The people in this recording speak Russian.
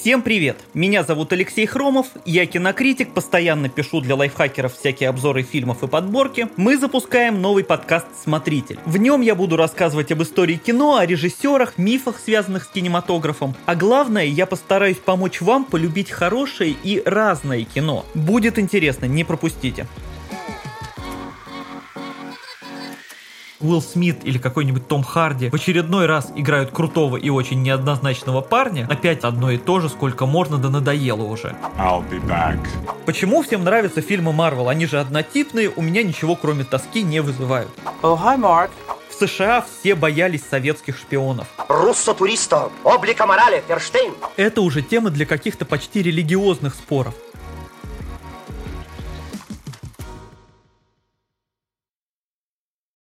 Всем привет! Меня зовут Алексей Хромов, я кинокритик, постоянно пишу для лайфхакеров всякие обзоры фильмов и подборки. Мы запускаем новый подкаст «Смотритель». В нем я буду рассказывать об истории кино, о режиссерах, мифах, связанных с кинематографом. А главное, я постараюсь помочь вам полюбить хорошее и разное кино. Будет интересно, не пропустите. Уилл Смит или какой-нибудь Том Харди в очередной раз играют крутого и очень неоднозначного парня. Опять одно и то же, сколько можно, да надоело уже. I'll be back. Почему всем нравятся фильмы Марвел? Они же однотипные, у меня ничего кроме тоски не вызывают. Oh, hi, Mark. В США все боялись советских шпионов. Руссо-туристо, облика морали, Ферштейн. Это уже тема для каких-то почти религиозных споров.